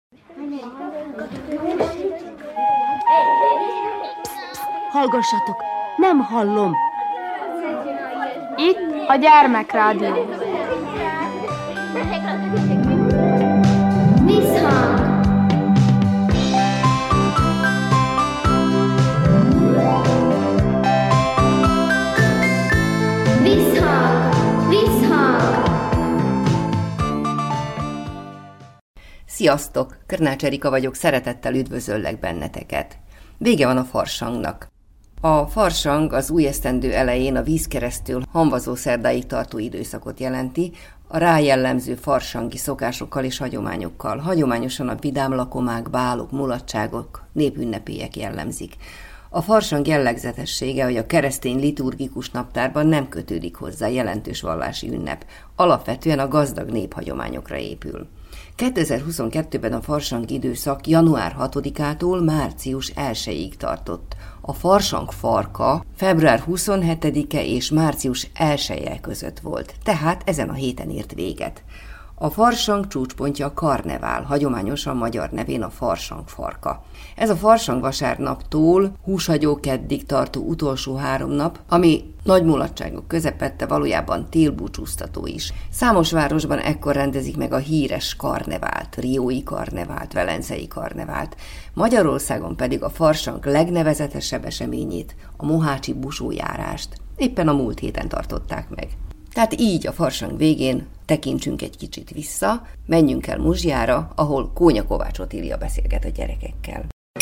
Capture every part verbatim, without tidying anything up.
Hallgassatok, nem hallom. Itt a Gyermekrádió. Visszhang. Visszhang. Visszhang. Sziasztok! Körnács Erika vagyok, szeretettel üdvözöllek benneteket. Vége van a farsangnak. A farsang az új esztendő elején a vízkeresztül hamvazó szerdáig tartó időszakot jelenti, a rá jellemző farsangi szokásokkal és hagyományokkal. Hagyományosan a vidám lakomák, bálok, mulatságok, népünnepélyek jellemzik. A farsang jellegzetessége, hogy a keresztény liturgikus naptárban nem kötődik hozzá jelentős vallási ünnep, alapvetően a gazdag néphagyományokra épül. kétezer-huszonkettőben a farsang időszak január hatodikától március elsejéig tartott. A farsang farka február huszonhetedike és március elseje között volt, tehát ezen a héten ért véget. A farsang csúcspontja a karnevál, hagyományosan magyar nevén a farsang farka. Ez a farsang vasárnaptól húshagyókeddig tartó utolsó három nap, ami nagy mulatságok közepette valójában télbúcsúztató is. Számos városban ekkor rendezik meg a híres karnevált, riói karnevált, velencei karnevált. Magyarországon pedig a farsang legnevezetesebb eseményét, a mohácsi busójárást éppen a múlt héten tartották meg. Tehát így a farsang végén tekintsünk egy kicsit vissza, menjünk el Muzsjára, ahol Kónya Kovács Otília beszélget a gyerekekkel.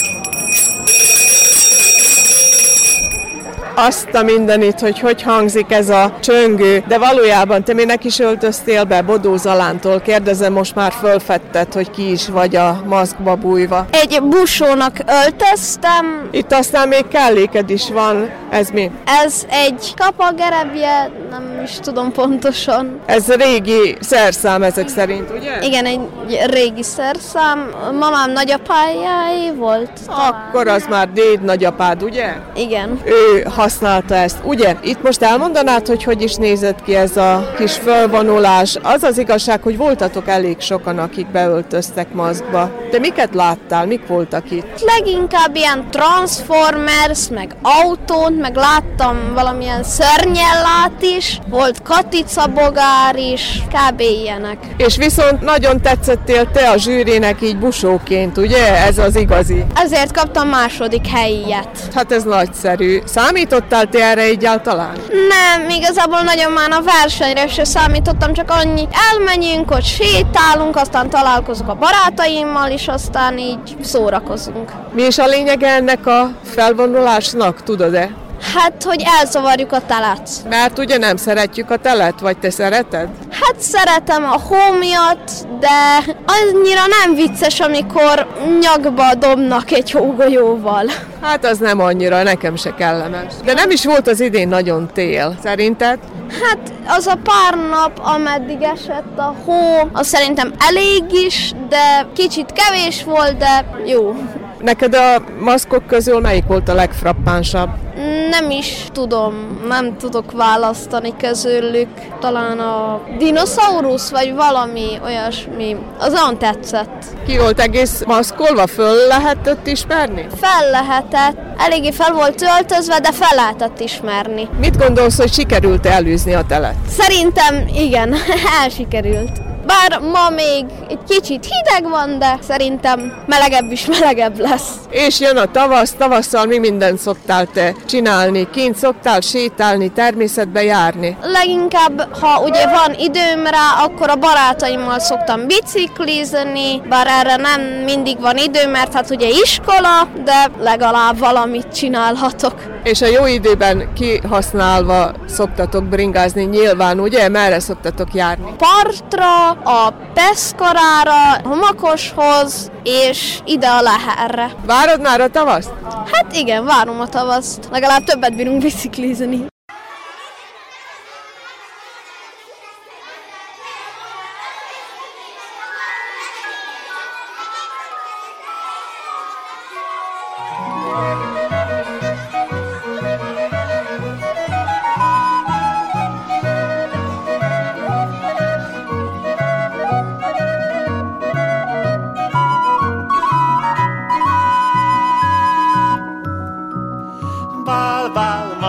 Azt a mindenit, hogy hogy hangzik ez a csöngő, de valójában te minek is öltöztél be Bodó Zalántól? Kérdezem, most már fölfedted, hogy ki is vagy a maszkba bújva. Egy busónak öltöztem. Itt aztán még kelléked is van. Ez mi? Ez egy kapagerebje, nem is tudom pontosan. Ez régi szerszám ezek szerint, ugye? Igen, egy régi szerszám. Mamám nagyapájáé volt. Akkor az már déd nagyapád, ugye? Igen. Ő használta ezt, ugye? Itt most elmondanád, hogy hogy is nézett ki ez a kis fölvonulás. Az az igazság, hogy voltatok elég sokan, akik beöltöztek maszkba. De miket láttál? Mik voltak itt? Leginkább ilyen Transformers, meg autót, meg láttam valamilyen szörnyellát is. Volt katicabogár is, kb. Ilyenek. És viszont nagyon tetszettél te a zsűrinek így busóként, ugye? Ez az igazi. Ezért kaptam második helyiet. Hát ez nagyszerű. Számítottál te erre egyáltalán? Nem, igazából nagyon már a versenyre se számítottam, csak annyit elmenjünk, hogy sétálunk, aztán találkozunk a barátaimmal, és aztán így szórakozunk. Mi is a lényege ennek a felvonulásnak, tudod-e? Hát, hogy elzavarjuk a telet. Mert ugye nem szeretjük a telet, vagy te szereted? Hát szeretem a hómiat, de annyira nem vicces, amikor nyakba dobnak egy hógolyóval. Hát az nem annyira, nekem se kellemes. De nem is volt az idén nagyon tél, szerinted? Hát az a pár nap, ameddig esett a hó, az szerintem elég is, de kicsit kevés volt, de jó. Neked a maszkok közül melyik volt a legfrappánsabb? Nem is tudom, nem tudok választani közülük. Talán a dinoszaurusz, vagy valami olyasmi. Az olyan tetszett. Ki volt egész maszkolva? Föl lehetett ismerni? Fel lehetett. Eléggé fel volt öltözve, de fel lehetett ismerni. Mit gondolsz, hogy sikerült elűzni a telet? Szerintem igen, elsikerült. Bár ma még egy kicsit hideg van, de szerintem melegebb is melegebb lesz. És jön a tavasz, tavasszal mi mindent szoktál te csinálni? Kint szoktál sétálni, természetbe járni? Leginkább, ha ugye van időm rá, akkor a barátaimmal szoktam biciklizni, bár erre nem mindig van idő, mert hát ugye iskola, de legalább valamit csinálhatok. És a jó időben kihasználva szoktatok bringázni nyilván, ugye? Merre szoktatok járni? Partra, a Peszkarára, Homakoshoz, és ide a Leherre. Várod már a tavaszt? Hát igen, várom a tavaszt. Legalább többet bírunk biciklizni.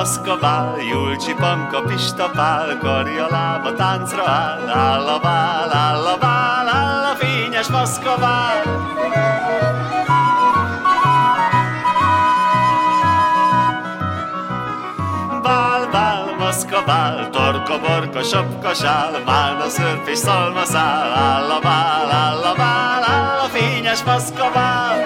maszkabál, Julcsi, Panka, Pista, Pál, karja lába táncra áll, áll a bál, áll a bál, áll a fényes maszkabál. Bál, bál, maszkabál, torka, borka, sapka, sál, málna, szörp és szalmaszál, áll a bál, áll a bál, áll a fényes maszkabál.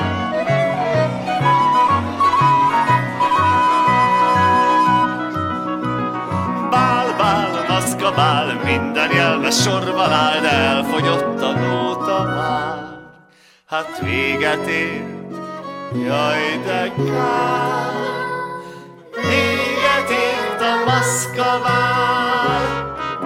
Maszkabál, minden jelmes sorban áll, de elfogyott a nóta már. Hát véget ért, jaj de kár, véget ért a maszkabál.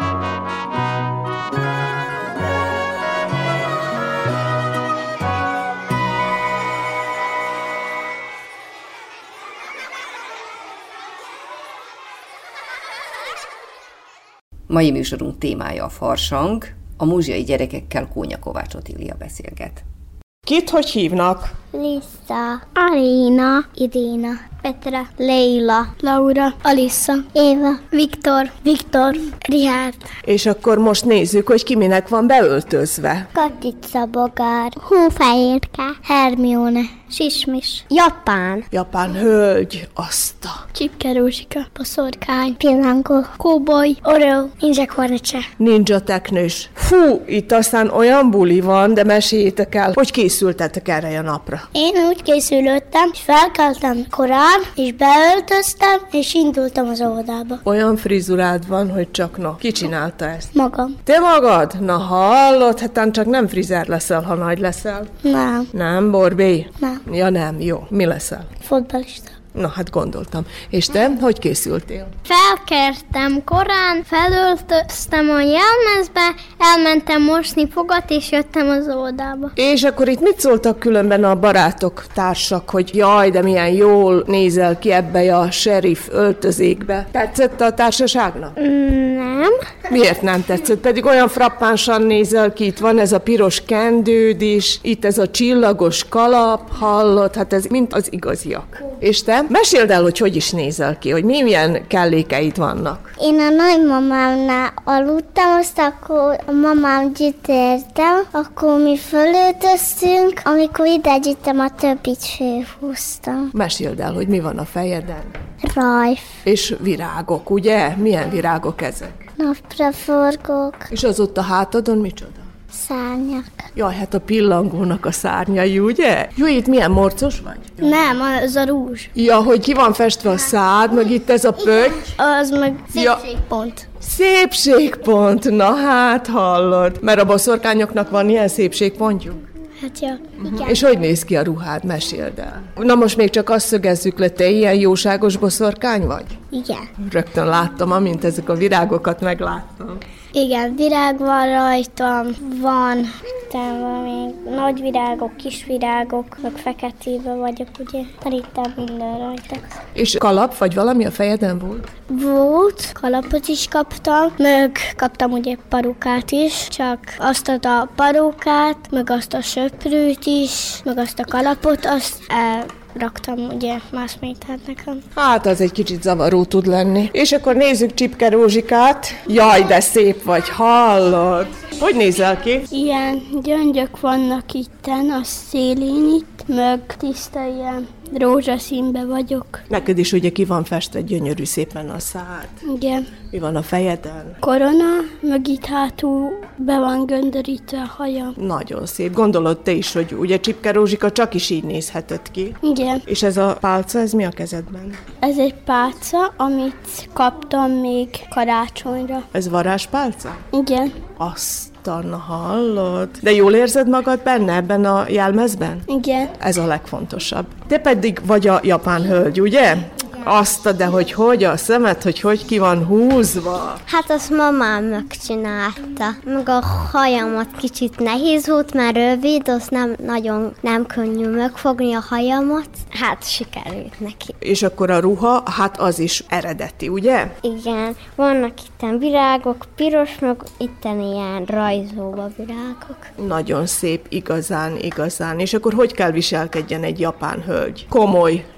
Mai műsorunk témája a farsang, a múzsiai gyerekekkel Kónya Kovács Otília beszélget. Kit hogy hívnak? Lisa, Alina, Irina, Petra, Leila, Laura, Alissa, Éva, Viktor, Viktor, Richard, És akkor most nézzük, hogy ki minek van beöltözve. Katica, Bogár, Hófehérke, Hermione, Sismis, Japán, Japán hölgy, azt a... Csipke Rózsika, Boszorkány, Pillánkó, Kóboly, Oreo, Ninja Kornicse. Ninja teknős. Fú, itt aztán olyan buli van, de meséljétek el, hogy készültetek erre a napra. Én úgy készülöttem, és felkeltem korán, és beöltöztem, és indultam az óvodába. Olyan frizurád van, hogy csak na. Ki csinálta ezt? Magam. Te magad? Na hallod, hát csak nem frizer leszel, ha nagy leszel. Nem. Nem, Borbé? Nem. Ja nem, jó. Mi leszel? Fotbalista. Na hát gondoltam. És te, hogy készültél? Felkertem korán, felöltöztem a jelmezbe, elmentem mosni fogat, és jöttem az óvodába. És akkor itt mit szóltak különben a barátok, társak, hogy jaj, de milyen jól nézel ki ebbe a sheriff öltözékbe. Tetszett a társaságnak? Nem. Miért nem tetszett? Pedig olyan frappánsan nézel ki, itt van ez a piros kendőd is, itt ez a csillagos kalap, hallod, hát ez mind az igaziak. És te? Meséld el, hogy hogy is nézel ki, hogy milyen kellékeid vannak. Én a nagymamámnál aludtam, azt akkor a mamám gyütértem, akkor mi fölöltöztünk, amikor ide gyűjtem, a többit fölhúztam. Meséld el, hogy mi van a fejeden. Rajf, És virágok, ugye? Milyen virágok ezek? napraforgók, És az ott a hátadon micsoda? szárnyak. Jaj, hát a pillangónak a szárnyai, ugye? Jó, itt milyen morcos vagy? Nem, az a rúzs. Ja, hogy ki van festve a szád, meg itt ez a pötty. Az meg Ja. szépségpont. Szépségpont, na hát hallod. Mert a boszorkányoknak van ilyen szépségpontjuk? Hát ja. Igen. És hogy néz ki a ruhád? Meséld el. Na most még csak azt szögezzük le, te ilyen jóságos boszorkány vagy? Igen. Rögtön láttam, amint ezek a virágokat megláttam. Igen, virág van rajtam, van, van még nagy virágok, kis virágok, meg feketébe vagyok, ugye, terítem minden rajta. És kalap, vagy valami a fejeden volt? Volt, kalapot is kaptam, meg kaptam ugye parukát is, csak azt a parukát, meg azt a söprűt is, meg azt a kalapot, azt elraktam, ugye, más métert nekem. Hát az egy kicsit zavaró tud lenni. És akkor nézzük Csipke Rózsikát. Jaj, de szép vagy, hallod? Hogy nézel ki? Ilyen gyöngyök vannak itten, a szélén itt, meg tiszta ilyen rózsaszínbe vagyok. Neked is ugye ki van festve gyönyörű szépen a szád. Igen. Mi van a fejeden? Korona, meg itt hátul be van göndörítve a hajam. Nagyon szép. Gondolod te is, hogy ugye Csipke Rózsika csak is így nézhetett ki. Igen. És ez a pálca, ez mi a kezedben? Ez egy pálca, amit kaptam még karácsonyra. Ez varázspálca? Igen. Aztán hallod. De jól érzed magad benne, ebben a jelmezben? Igen. Ez a legfontosabb. Te pedig vagy a japán hölgy, ugye? Azt, de hogy hogy a szemed, hogy hogy ki van húzva. Hát azt mamám megcsinálta. Meg a hajamat kicsit nehéz volt, mert rövid, azt nem nagyon nem könnyű megfogni a hajamat. Hát sikerült neki. És akkor a ruha, hát az is eredeti, ugye? Igen, vannak itten virágok, piros, meg itten ilyen rajzóba virágok. Nagyon szép, igazán, igazán. És akkor hogy kell viselkedjen egy japán hölgy? Komoly,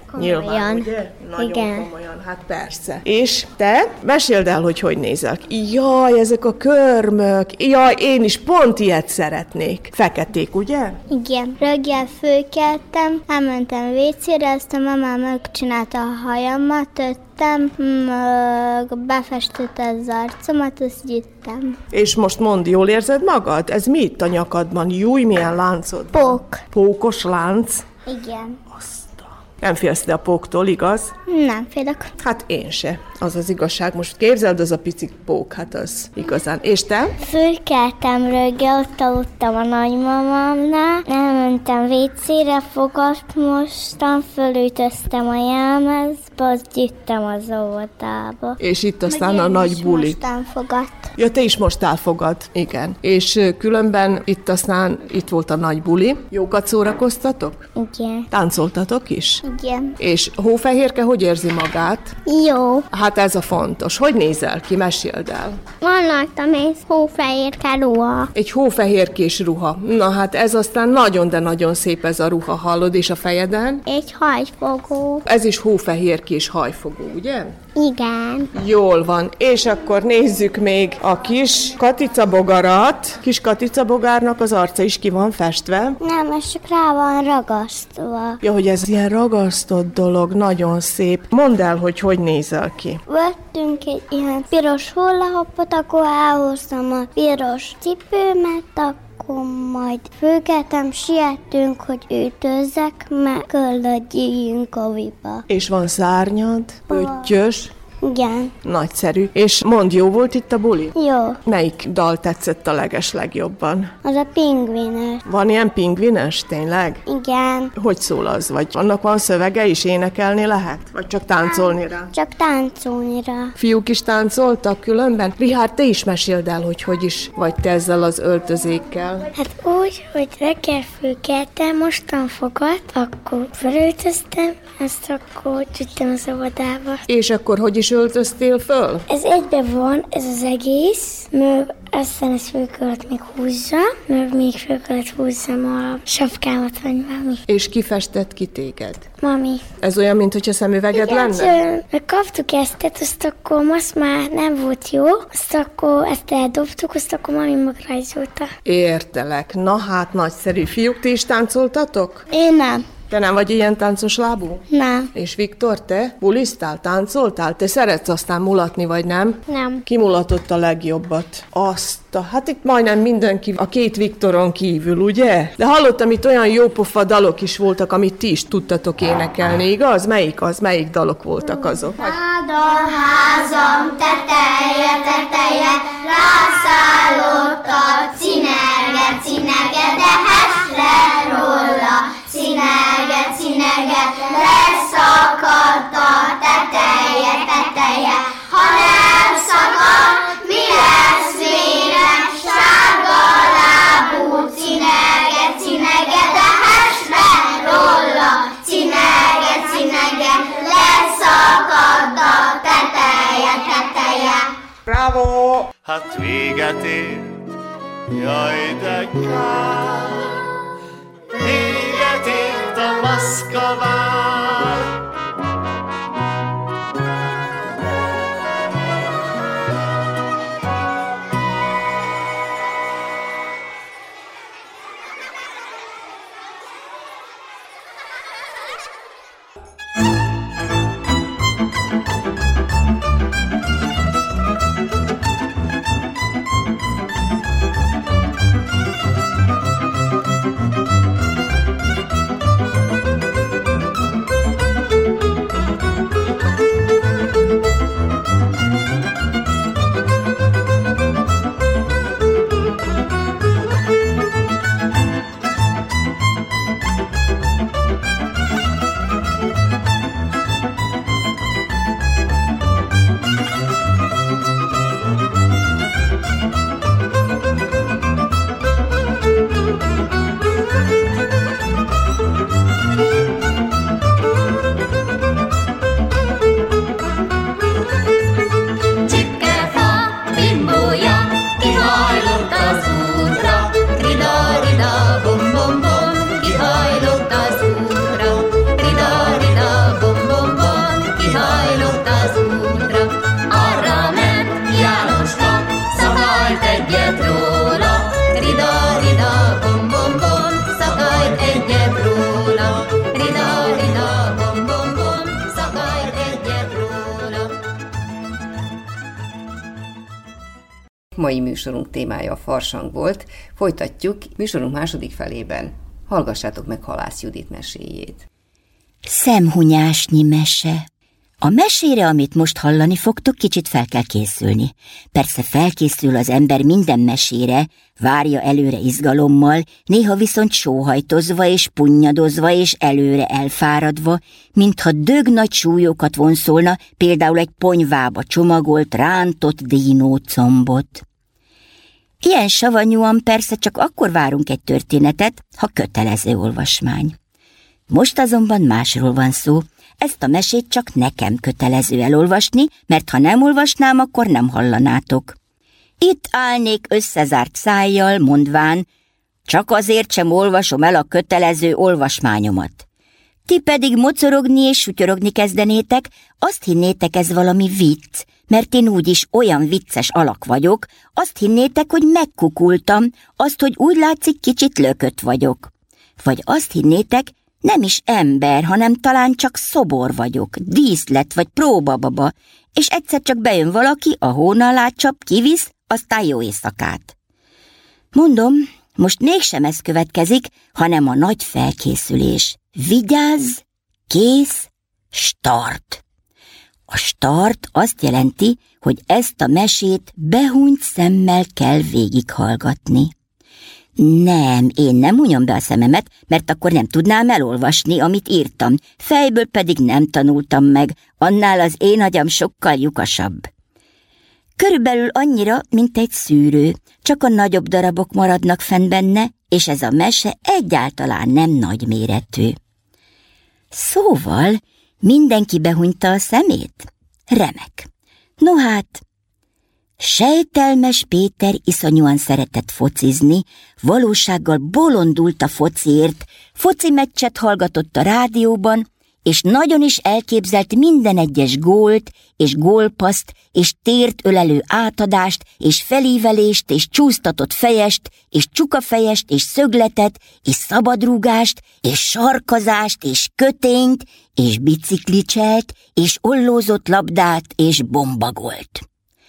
Komolyan. Nyilván, ugye? Nagyon Igen. komolyan, hát persze. És te? Meséld el, hogy hogy nézel ki. Jaj, ezek a körmök. Jaj, én is pont ilyet szeretnék. Feketék, ugye? Igen. Reggel fölkeltem, elmentem vécére, azt a mamám megcsinálta a hajamat, tettem, meg befestette az arcomat, azt gyűjtem. És most mondd, jól érzed magad? Ez mi itt a nyakadban? Júj, milyen láncod van? Pók. Pókos lánc? Igen. Nem félsz te a póktól, igaz? Nem félek. Hát én se. Az az igazság. Most képzeld, az a pici pók, hát az igazán. És te? Fölkeltem reggel, ott aludtam a nagymamámnál, elmentem vécére, fogat mostam, fölütöztem a jelmezbe, azt gyűjtem az óvodába. És itt aztán a nagy buli. Mostam fogat. Ja, te is mostál fogad. Igen. És ö, különben itt aztán itt volt a nagy buli. Jókat szórakoztatok? Igen. Táncoltatok is? Igen. És Hófehérke hogy érzi magát? Jó. Hát ez a fontos. Hogy nézel ki? Meséld el. Van rajtam egy hófehérke ruha. Egy hófehérkés ruha. Na hát ez aztán nagyon, de nagyon szép ez a ruha, hallod, és a fejeden? Egy hajfogó. Ez is hófehérkés hajfogó, ugye? Igen. Jól van. És akkor nézzük még a kis katicabogarat. Kis katicabogárnak az arca is ki van festve. Nem, ez csak rá van ragasztva. Ja, hogy ez ilyen ragasztott dolog, nagyon szép. Mondd el, hogy hogy nézel ki. Vettünk egy ilyen piros hullahopot, akkor elhoztam a piros cipőmet, akkor majd fölkeltem, sietünk, hogy ütőzzek, mert kellett gyíjjünk a viba. És van szárnyad, pöttyös. Igen. Nagyszerű. És mondd, jó volt itt a buli? Jó. Melyik dal tetszett a leges legjobban? Az a pingvines. Van ilyen pingvines, tényleg? Igen. Hogy szól az? Vagy annak van szövege is, énekelni lehet? Vagy csak táncolni rá? Csak táncolni rá. Fiúk is táncoltak különben? Richárd, te is meséld el, hogy hogy is vagy te ezzel az öltözékkel. Hát úgy, hogy reggel fölkeltem, mostan fogat, akkor felöltöztem, ezt akkor gyűjtem az óvodába. És akkor hogy is öltöztél föl? Ez egyben van, ez az egész, meg aztán ezt föl kellett még húzzam, meg még föl kellett húzzam a sapkámat, vagy valami. És ki festett ki téged? Mami. Ez olyan, mint hogyha szemüveged Igen, lenne? meg kaptuk ezt, azt akkor most már nem volt jó, azt akkor ezt eldobtuk, azt akkor mami megrajzolta. Értelek. Na hát, nagyszerű. Fiúk, ti is táncoltatok? Én nem. Te nem vagy ilyen táncos lábú? Nem. És Viktor, te bulisztál, táncoltál? Te szeretsz aztán mulatni, vagy nem? Nem. Ki mulatott a legjobbat? Azt a... Hát itt majdnem mindenki, a két Viktoron kívül, ugye? De hallottam, itt olyan jópofa dalok is voltak, amit ti is tudtatok énekelni, igaz? Melyik az? Melyik dalok voltak azok? Rád a házam teteje, teteje, rászállott a cinerge, cinerge, de hess le róla, cinerge, cinerge, leszakadt a teteje, teteje, ha nem szakad, mi lesz vége, sárga lábú, cinerge, cinerge, de hess le róla, cinerge, cinerge, leszakadt a teteje, teteje. Bravo! Hát véget ér, jaj de kár, véget ért a maszkvár. mai műsorunk témája a farsang volt, folytatjuk műsorunk második felében. Hallgassátok meg Halász Judit meséjét. Szemhunyásnyi mese. A mesére, amit most hallani fogtok, kicsit fel kell készülni. Persze felkészül az ember minden mesére, várja előre izgalommal, néha viszont sóhajtozva és punnyadozva és előre elfáradva, mintha dög nagy súlyokat vonszolna, például egy ponyvába csomagolt, rántott dínócombot. Ilyen savanyúan persze csak akkor várunk egy történetet, ha kötelező olvasmány. Most azonban másról van szó. Ezt a mesét csak nekem kötelező elolvasni, mert ha nem olvasnám, akkor nem hallanátok. Itt állnék összezárt szájjal, mondván, csak azért sem olvasom el a kötelező olvasmányomat. Ti pedig mocorogni és sutyorogni kezdenétek, azt hinnétek, ez valami vicc, mert én úgyis olyan vicces alak vagyok, azt hinnétek, hogy megkukultam, azt, hogy úgy látszik, kicsit lökött vagyok. Vagy azt hinnétek, nem is ember, hanem talán csak szobor vagyok, díszlet vagy próbababa, és egyszer csak bejön valaki, a hón alá csap, kivisz, aztán jó éjszakát. Mondom, most mégsem ez következik, hanem a nagy felkészülés. Vigyázz, kész, start. A start azt jelenti, hogy ezt a mesét behúnyt szemmel kell végighallgatni. Nem, én nem hunyom be a szememet, mert akkor nem tudnám elolvasni, amit írtam, fejből pedig nem tanultam meg, annál az én agyam sokkal lyukasabb. Körülbelül annyira, mint egy szűrő, csak a nagyobb darabok maradnak fenn benne, és ez a mese egyáltalán nem nagyméretű. Szóval mindenki behunyta a szemét? Remek. No hát, Sejtelmes Péter iszonyúan szeretett focizni, valósággal bolondult a fociért, foci meccset hallgatott a rádióban, és nagyon is elképzelt minden egyes gólt, és gólpaszt, és tért ölelő átadást, és felívelést, és csúsztatott fejest, és csukafejest, és szögletet, és szabadrúgást, és sarkazást, és kötényt, és biciklicselt, és ollózott labdát, és bombagolt.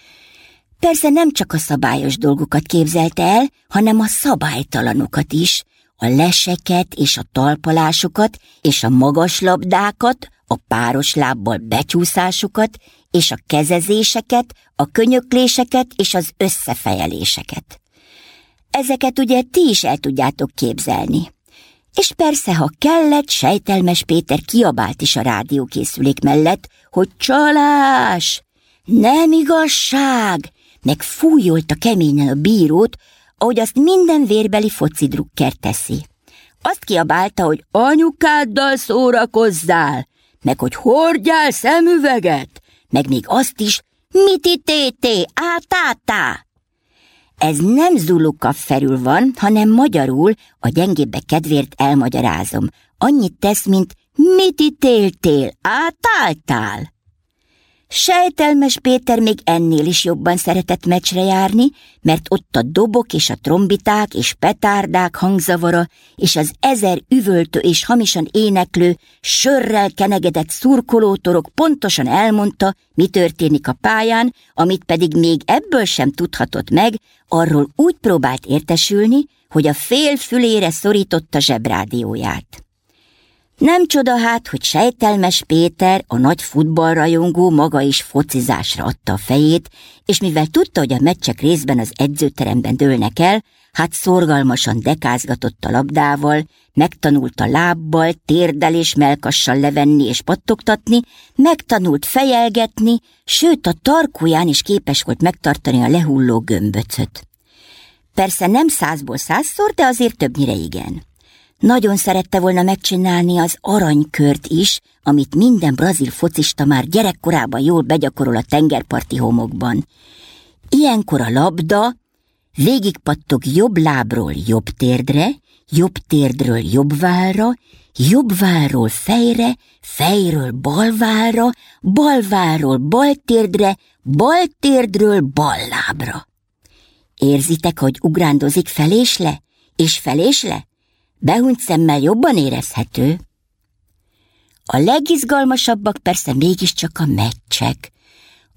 Persze nem csak a szabályos dolgokat képzelte el, hanem a szabálytalanokat is, a leseket és a talpalásokat, és a magas labdákat, a páros lábbal becsúszásokat, és a kezezéseket, a könyökléseket és az összefejeléseket. Ezeket ugye ti is el tudjátok képzelni. És persze, ha kellett, Sejtelmes Péter kiabált is a rádiókészülék mellett, hogy csalás, nem igazság, meg fújolta keményen a bírót, ahogy azt minden vérbeli focidrukker teszi. Azt kiabálta, hogy anyukáddal szórakozzál, meg hogy hordjál szemüveget, meg még azt is, miti-tété, átátá. Ez nem zuluka felül van, hanem magyarul, a gyengébbek kedvéért elmagyarázom. Annyit tesz, mint miti-téltél, átáltál. Sejtelmes Péter még ennél is jobban szeretett meccsre járni, mert ott a dobok és a trombiták és petárdák hangzavara és az ezer üvöltő és hamisan éneklő, sörrel kenegedett szurkolótorok pontosan elmondta, mi történik a pályán, amit pedig még ebből sem tudhatott meg, arról úgy próbált értesülni, hogy a fél fülére szorította zsebrádióját. Nem csoda hát, hogy Sejtelmes Péter, a nagy futballrajongó, maga is focizásra adta a fejét, és mivel tudta, hogy a meccsek részben az edzőteremben dőlnek el, hát szorgalmasan dekázgatott a labdával, megtanult a lábbal, térdel és mellkassal levenni és pattogtatni, megtanult fejelgetni, sőt a tarkóján is képes volt megtartani a lehulló gömböcöt. Persze nem százból százszor, de azért többnyire igen. Nagyon szerette volna megcsinálni az aranykört is, amit minden brazil focista már gyerekkorában jól begyakorol a tengerparti homokban. Ilyenkor a labda végigpattog jobb lábról jobb térdre, jobb térdről jobb vállra, jobb vállról fejre, fejről bal vállra, bal vállról bal térdre, bal térdről bal lábra. Érzitek, hogy ugrándozik fel és le, és fel és le? Behunyt szemmel jobban érezhető. A legizgalmasabbak persze mégiscsak a meccsek.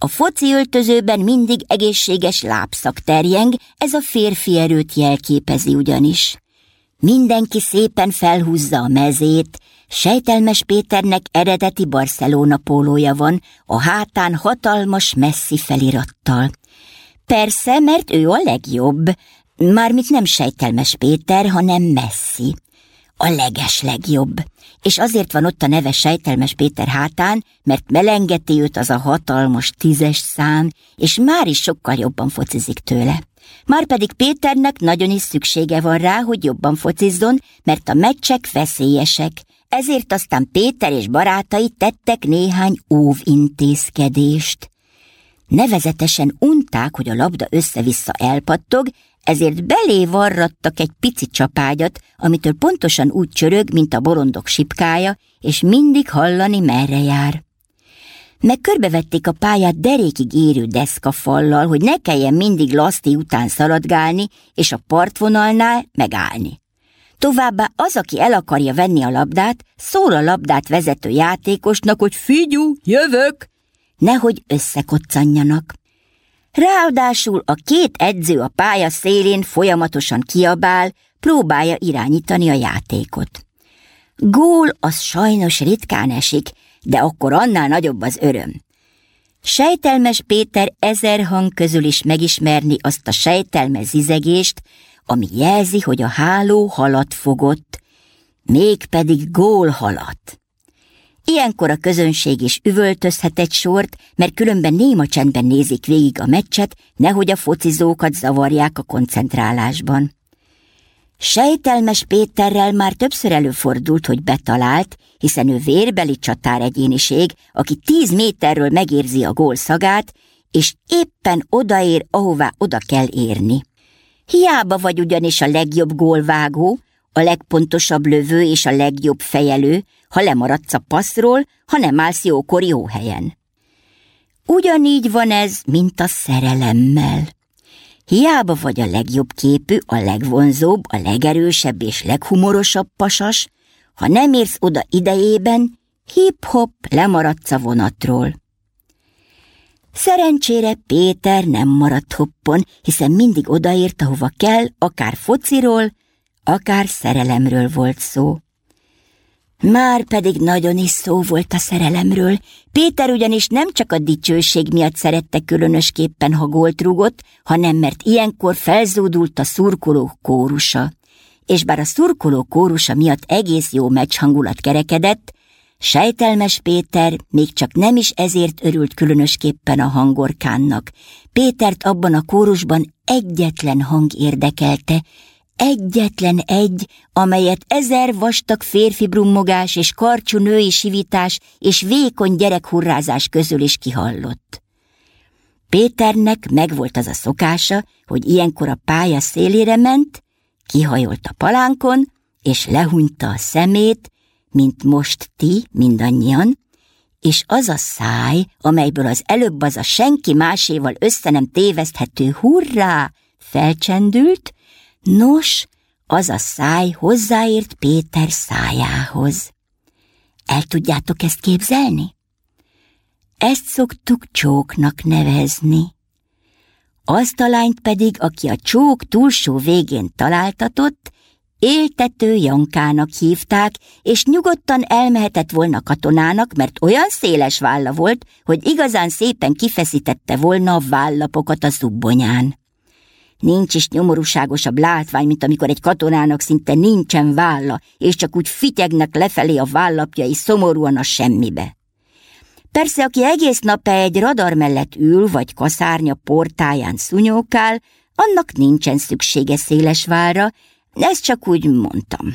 A foci öltözőben mindig egészséges lábszak terjeng, ez a férfi erőt jelképezi ugyanis. Mindenki szépen felhúzza a mezét, Sejtelmes Péternek eredeti Barcelona pólója van, a hátán hatalmas Messi felirattal. Persze, mert ő a legjobb, mármint nem Sejtelmes Péter, hanem Messi. A leges legjobb. És azért van ott a neve Sejtelmes Péter hátán, mert melengeti őt az a hatalmas tízes szám, és már is sokkal jobban focizik tőle. Márpedig Péternek nagyon is szüksége van rá, hogy jobban focizzon, mert a meccsek veszélyesek, ezért aztán Péter és barátai tettek néhány óvintézkedést. Nevezetesen unták, hogy a labda össze-vissza elpattog, ezért belé varrattak egy pici csapágyat, amitől pontosan úgy csörög, mint a bolondok sipkája, és mindig hallani, merre jár. Meg körbevették a pályát derékig érő deszkafallal, hogy ne kelljen mindig Laszti után szaladgálni, és a partvonalnál megállni. Továbbá az, aki el akarja venni a labdát, szól a labdát vezető játékosnak, hogy figyú, jövök, nehogy összekoccanjanak. Ráadásul a két edző a pálya szélén folyamatosan kiabál, próbálja irányítani a játékot. Gól az sajnos ritkán esik, de akkor annál nagyobb az öröm. Sejtelmes Péter ezer hang közül is megismerni azt a sejtelmes zizegést, ami jelzi, hogy a háló halat fogott, mégpedig gólhalat. Ilyenkor a közönség is üvöltözhet egy sort, mert különben néma csendben nézik végig a meccset, nehogy a focizókat zavarják a koncentrálásban. Sejtelmes Péterrel már többször előfordult, hogy betalált, hiszen ő vérbeli csatár egyéniség, aki tíz méterről megérzi a gól szagát, és éppen odaér, ahová oda kell érni. Hiába vagy ugyanis a legjobb gólvágó, a legpontosabb lövő és a legjobb fejelő, ha lemaradsz a passzról, ha nem állsz jókor jó helyen. Ugyanígy van ez, mint a szerelemmel. Hiába vagy a legjobb képű, a legvonzóbb, a legerősebb és leghumorosabb pasas, ha nem érsz oda idejében, hip-hop lemaradsz a vonatról. Szerencsére Péter nem maradt hoppon, hiszen mindig odaért, ahova kell, akár fociról, akár szerelemről volt szó. Már pedig nagyon is szó volt a szerelemről. Péter ugyanis nem csak a dicsőség miatt szerette különösképpen, ha gólt rúgott, hanem mert ilyenkor felzúdult a szurkoló kórusa. És bár a szurkoló kórusa miatt egész jó meccs hangulat kerekedett, Sejtelmes Péter még csak nem is ezért örült különösképpen a hangorkánnak. Pétert abban a kórusban egyetlen hang érdekelte, egyetlen egy, amelyet ezer vastag férfi brummogás és karcsú női sivítás és vékony gyerekhurrázás közül is kihallott. Péternek megvolt az a szokása, hogy ilyenkor a pálya szélére ment, kihajolt a palánkon, és lehúnyta a szemét, mint most ti mindannyian, és az a száj, amelyből az előbb az a senki máséval össze nem téveszthető hurrá felcsendült, nos, az a száj hozzáért Péter szájához. El tudjátok ezt képzelni? Ezt szoktuk csóknak nevezni. Azt a lányt pedig, aki a csók túlsó végén találtatott, Éltető Jankának hívták, és nyugodtan elmehetett volna katonának, mert olyan széles válla volt, hogy igazán szépen kifeszítette volna a vállapokat a zubbonyán. Nincs is nyomorúságosabb látvány, mint amikor egy katonának szinte nincsen válla, és csak úgy fityegnek lefelé a vállapjai szomorúan a semmibe. Persze, aki egész nap egy radar mellett ül, vagy kaszárnya portáján szunyókál, annak nincsen szüksége széles vállra, ezt csak úgy mondtam.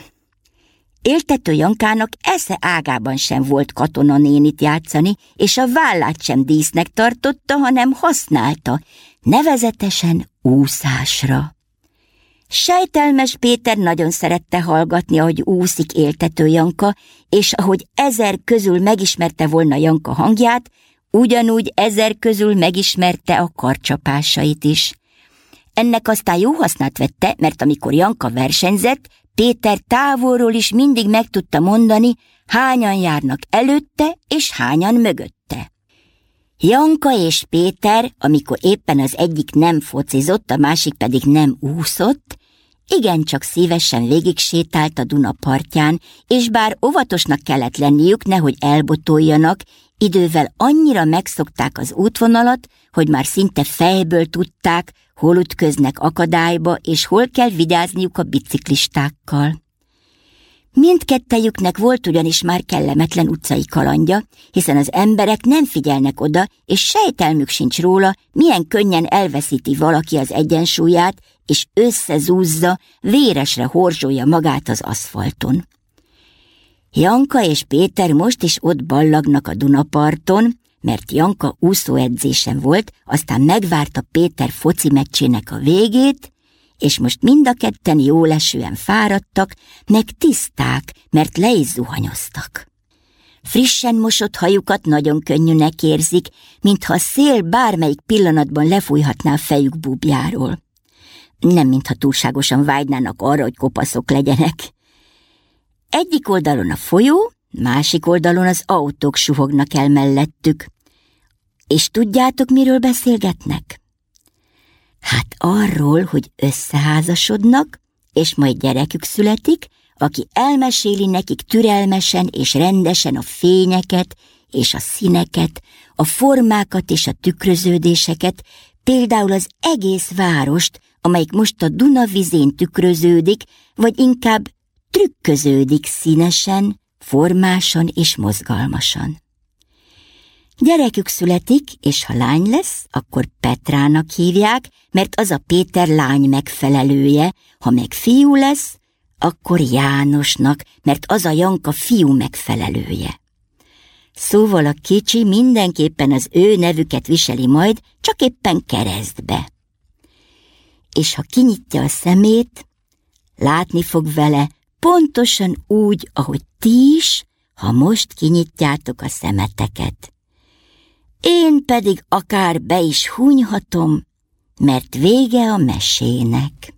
Éltető Jankának esze ágában sem volt katonanénit játszani, és a vállát sem dísznek tartotta, hanem használta, nevezetesen úszásra. Sejtelmes Péter nagyon szerette hallgatni, ahogy úszik Éltető Janka, és ahogy ezer közül megismerte volna Janka hangját, ugyanúgy ezer közül megismerte a karcsapásait is. Ennek aztán jó hasznát vette, mert amikor Janka versenyzett, Péter távolról is mindig meg tudta mondani, hányan járnak előtte és hányan mögötte. Janka és Péter, amikor éppen az egyik nem focizott, a másik pedig nem úszott, igencsak szívesen végig sétált a Duna partján, és bár óvatosnak kellett lenniük, nehogy elbotoljanak, idővel annyira megszokták az útvonalat, hogy már szinte fejből tudták, hol ütköznek akadályba, és hol kell vigyázniuk a biciklistákkal. Mindkettejüknek volt ugyanis már kellemetlen utcai kalandja, hiszen az emberek nem figyelnek oda, és sejtelmük sincs róla, milyen könnyen elveszíti valaki az egyensúlyát, és összezúzza, véresre horzsolja magát az aszfalton. Janka és Péter most is ott ballagnak a Dunaparton, mert Janka úszóedzésen volt, aztán megvárta Péter foci meccsének a végét, és most mind a ketten jólesően fáradtak, meg tiszták, mert le is zuhanyoztak. Frissen mosott hajukat nagyon könnyűnek érzik, mintha a szél bármelyik pillanatban lefújhatná a fejük búbjáról. Nem mintha túlságosan vágynának arra, hogy kopaszok legyenek. Egyik oldalon a folyó, másik oldalon az autók suhognak el mellettük. És tudjátok, miről beszélgetnek? Hát arról, hogy összeházasodnak, és majd gyerekük születik, aki elmeséli nekik türelmesen és rendesen a fényeket és a színeket, a formákat és a tükröződéseket, például az egész várost, amelyik most a Duna vizén tükröződik, vagy inkább trükköződik színesen, formásan és mozgalmasan. Gyerekük születik, és ha lány lesz, akkor Petrának hívják, mert az a Péter lány megfelelője, ha meg fiú lesz, akkor Jánosnak, mert az a Janka fiú megfelelője. Szóval a kicsi mindenképpen az ő nevüket viseli majd, csak éppen keresztbe. És ha kinyitja a szemét, látni fog vele pontosan úgy, ahogy ti is, ha most kinyitjátok a szemeteket. Én pedig akár be is hunyhatom, mert vége a mesének.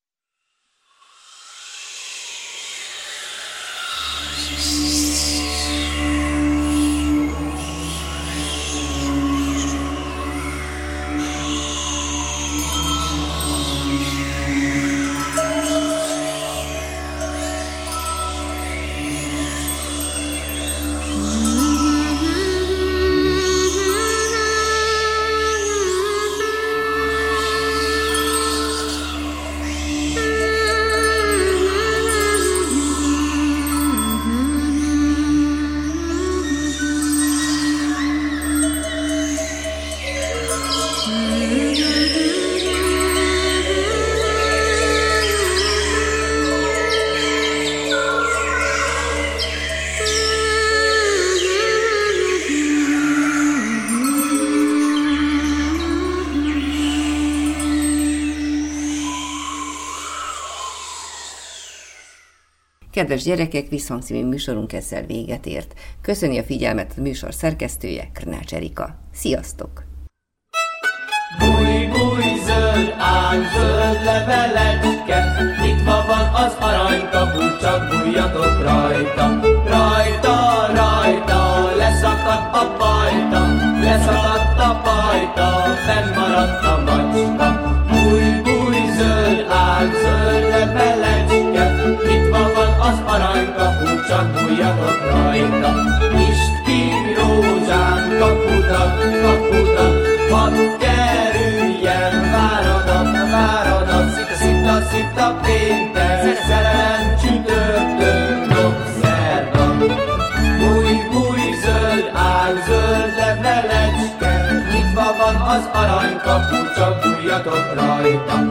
Kedves gyerekek, Visszhangcímű műsorunk ezzel véget ért. Köszöni a figyelmet a műsor szerkesztője, Krnács Erika. Sziasztok! Búj, búj, zöld ág, zöld levelecske, nyitva van az aranykapu, csak bújjatok rajta. Rajta, rajta, leszakadt a pajta, leszakadt a pajta, fennmaradt a macska. Búj, búj, zöld ág, zöld levelecske, nyitva van az aranykapu, csak bújjatok rajta. Nyisd ki, rózsám, kapudat, kapudat, hadd kerüljen, váradat, váradat, szita, szita, szita, péntek, szerelem, csütörtök, napszerda. Búj, búj, zöld ág, zöld levelecske, nyitva van az aranykapu, csak bújjatok rajta.